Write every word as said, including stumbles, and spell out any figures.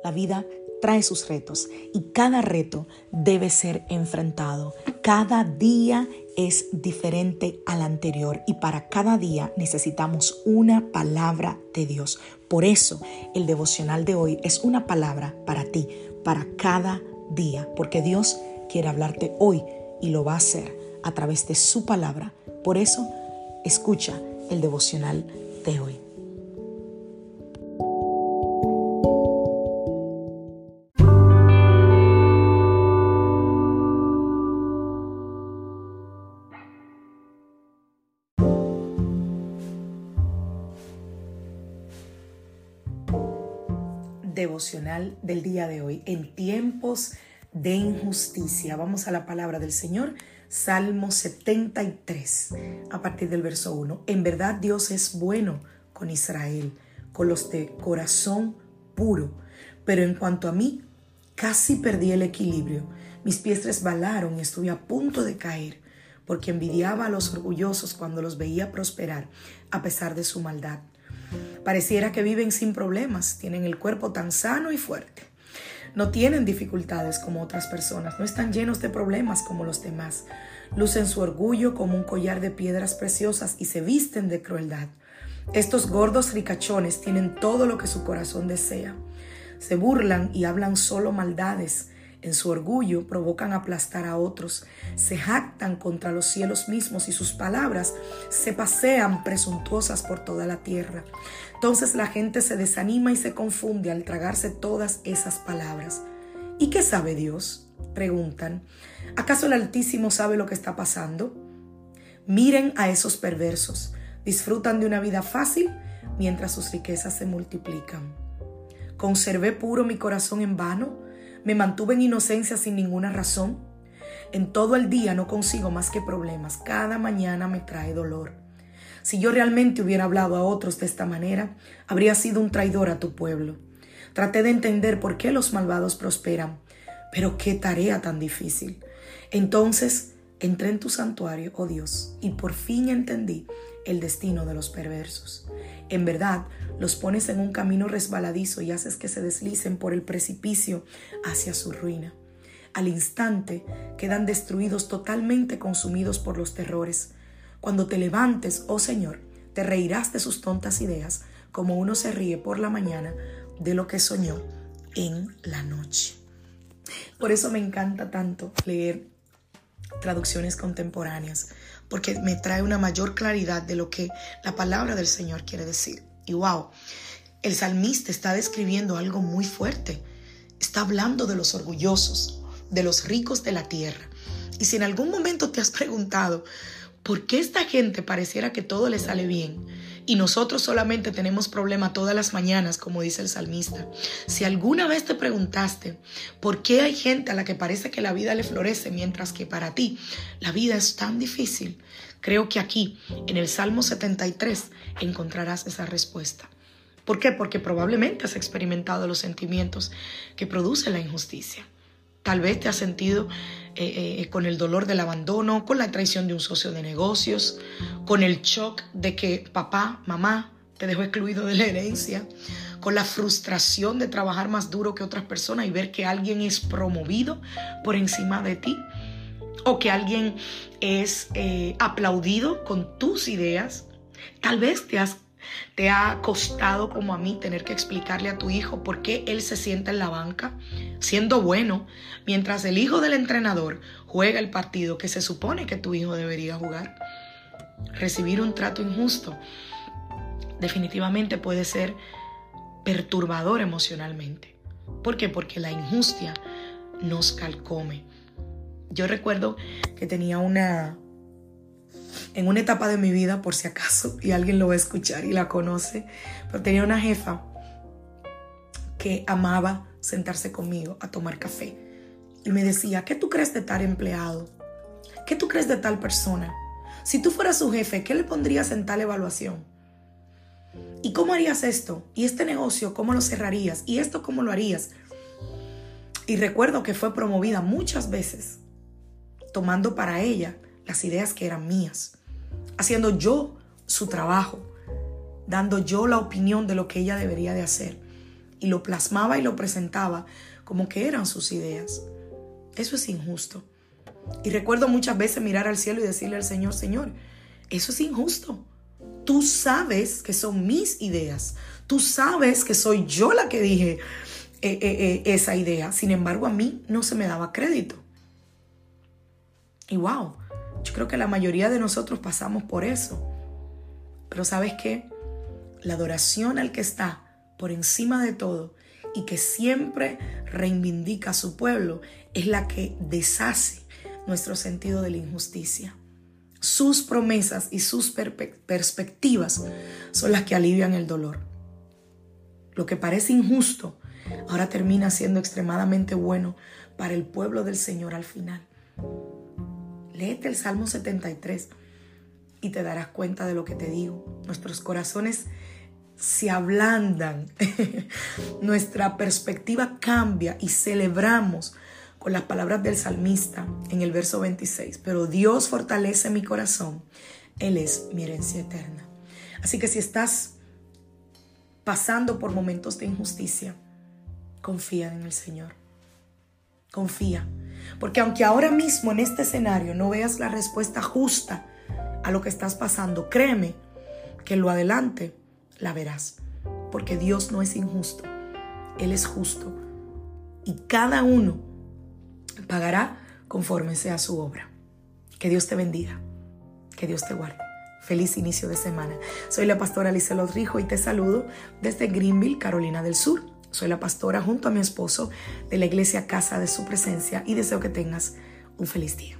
La vida trae sus retos y cada reto debe ser enfrentado. Cada día es diferente al anterior y para cada día necesitamos una palabra de Dios. Por eso el devocional de hoy es una palabra para ti, para cada día, porque Dios quiere hablarte hoy y lo va a hacer a través de su palabra. Por eso, escucha el devocional de hoy. Devocional del día de hoy. En tiempos de injusticia. Vamos a la palabra del Señor. Salmo setenta y tres, a partir del verso uno. En verdad Dios es bueno con Israel, con los de corazón puro. Pero en cuanto a mí, casi perdí el equilibrio. Mis pies resbalaron y estuve a punto de caer, porque envidiaba a los orgullosos cuando los veía prosperar, a pesar de su maldad. Pareciera que viven sin problemas, tienen el cuerpo tan sano y fuerte. No tienen dificultades como otras personas, no están llenos de problemas como los demás. Lucen su orgullo como un collar de piedras preciosas y se visten de crueldad. Estos gordos ricachones tienen todo lo que su corazón desea. Se burlan y hablan solo maldades. En su orgullo provocan aplastar a otros. Se jactan contra los cielos mismos y sus palabras se pasean presuntuosas por toda la tierra. Entonces la gente se desanima y se confunde al tragarse todas esas palabras. ¿Y qué sabe Dios?, preguntan. ¿Acaso el Altísimo sabe lo que está pasando? Miren a esos perversos. Disfrutan de una vida fácil mientras sus riquezas se multiplican. ¿Conservé puro mi corazón en vano? ¿Me mantuve en inocencia sin ninguna razón? En todo el día no consigo más que problemas. Cada mañana me trae dolor. Si yo realmente hubiera hablado a otros de esta manera, habría sido un traidor a tu pueblo. Traté de entender por qué los malvados prosperan, pero qué tarea tan difícil. Entonces entré en tu santuario, oh Dios, y por fin entendí el destino de los perversos. En verdad, los pones en un camino resbaladizo y haces que se deslicen por el precipicio hacia su ruina. Al instante quedan destruidos, totalmente consumidos por los terrores. Cuando te levantes, oh Señor, te reirás de sus tontas ideas, como uno se ríe por la mañana de lo que soñó en la noche. Por eso me encanta tanto leer traducciones contemporáneas, porque me trae una mayor claridad de lo que la palabra del Señor quiere decir. Y wow, el salmista está describiendo algo muy fuerte. Está hablando de los orgullosos, de los ricos de la tierra. Y si en algún momento te has preguntado, ¿por qué esta gente pareciera que todo le sale bien y nosotros solamente tenemos problemas todas las mañanas, como dice el salmista? Si alguna vez te preguntaste por qué hay gente a la que parece que la vida le florece mientras que para ti la vida es tan difícil, creo que aquí, en el Salmo setenta y tres, encontrarás esa respuesta. ¿Por qué? Porque probablemente has experimentado los sentimientos que produce la injusticia. Tal vez te has sentido eh, eh, con el dolor del abandono, con la traición de un socio de negocios, con el shock de que papá, mamá te dejó excluido de la herencia, con la frustración de trabajar más duro que otras personas y ver que alguien es promovido por encima de ti, o que alguien es eh, aplaudido con tus ideas. Tal vez te has Te ha costado, como a mí, tener que explicarle a tu hijo por qué él se sienta en la banca siendo bueno, mientras el hijo del entrenador juega el partido que se supone que tu hijo debería jugar. Recibir un trato injusto definitivamente puede ser perturbador emocionalmente. ¿Por qué? Porque la injusticia nos calcome. Yo recuerdo que tenía una... En una etapa de mi vida, por si acaso, y alguien lo va a escuchar y la conoce, pero tenía una jefa que amaba sentarse conmigo a tomar café. Y me decía, ¿qué tú crees de tal empleado? ¿Qué tú crees de tal persona? Si tú fueras su jefe, ¿qué le pondrías en tal evaluación? ¿Y cómo harías esto? ¿Y este negocio cómo lo cerrarías? ¿Y esto cómo lo harías? Y recuerdo que fue promovida muchas veces, tomando para ella las ideas que eran mías, haciendo yo su trabajo, dando yo la opinión de lo que ella debería de hacer. y lo plasmaba y lo presentaba como que eran sus ideas. Eso es injusto. Y recuerdo muchas veces mirar al cielo y decirle al Señor, Señor, eso es injusto. Tú sabes que son mis ideas. Tú sabes que soy yo la que dije eh, eh, eh, esa idea. Sin embargo, a mí no se me daba crédito. Y wow, yo creo que la mayoría de nosotros pasamos por eso. Pero ¿sabes qué? La adoración al que está por encima de todo y que siempre reivindica a su pueblo es la que deshace nuestro sentido de la injusticia. Sus promesas y sus perpe- perspectivas son las que alivian el dolor. Lo que parece injusto ahora termina siendo extremadamente bueno para el pueblo del Señor al final. Léete el Salmo setenta y tres y te darás cuenta de lo que te digo. Nuestros corazones se ablandan, nuestra perspectiva cambia y celebramos con las palabras del salmista en el verso veintiséis. Pero Dios fortalece mi corazón, Él es mi herencia eterna. Así que si estás pasando por momentos de injusticia, confía en el Señor. Confía. Porque aunque ahora mismo en este escenario no veas la respuesta justa a lo que estás pasando, créeme que en lo adelante la verás. Porque Dios no es injusto. Él es justo. Y cada uno pagará conforme sea su obra. Que Dios te bendiga. Que Dios te guarde. Feliz inicio de semana. Soy la pastora Lizelot Rijo y te saludo desde Greenville, Carolina del Sur. Soy la pastora junto a mi esposo de la iglesia Casa de Su Presencia y deseo que tengas un feliz día.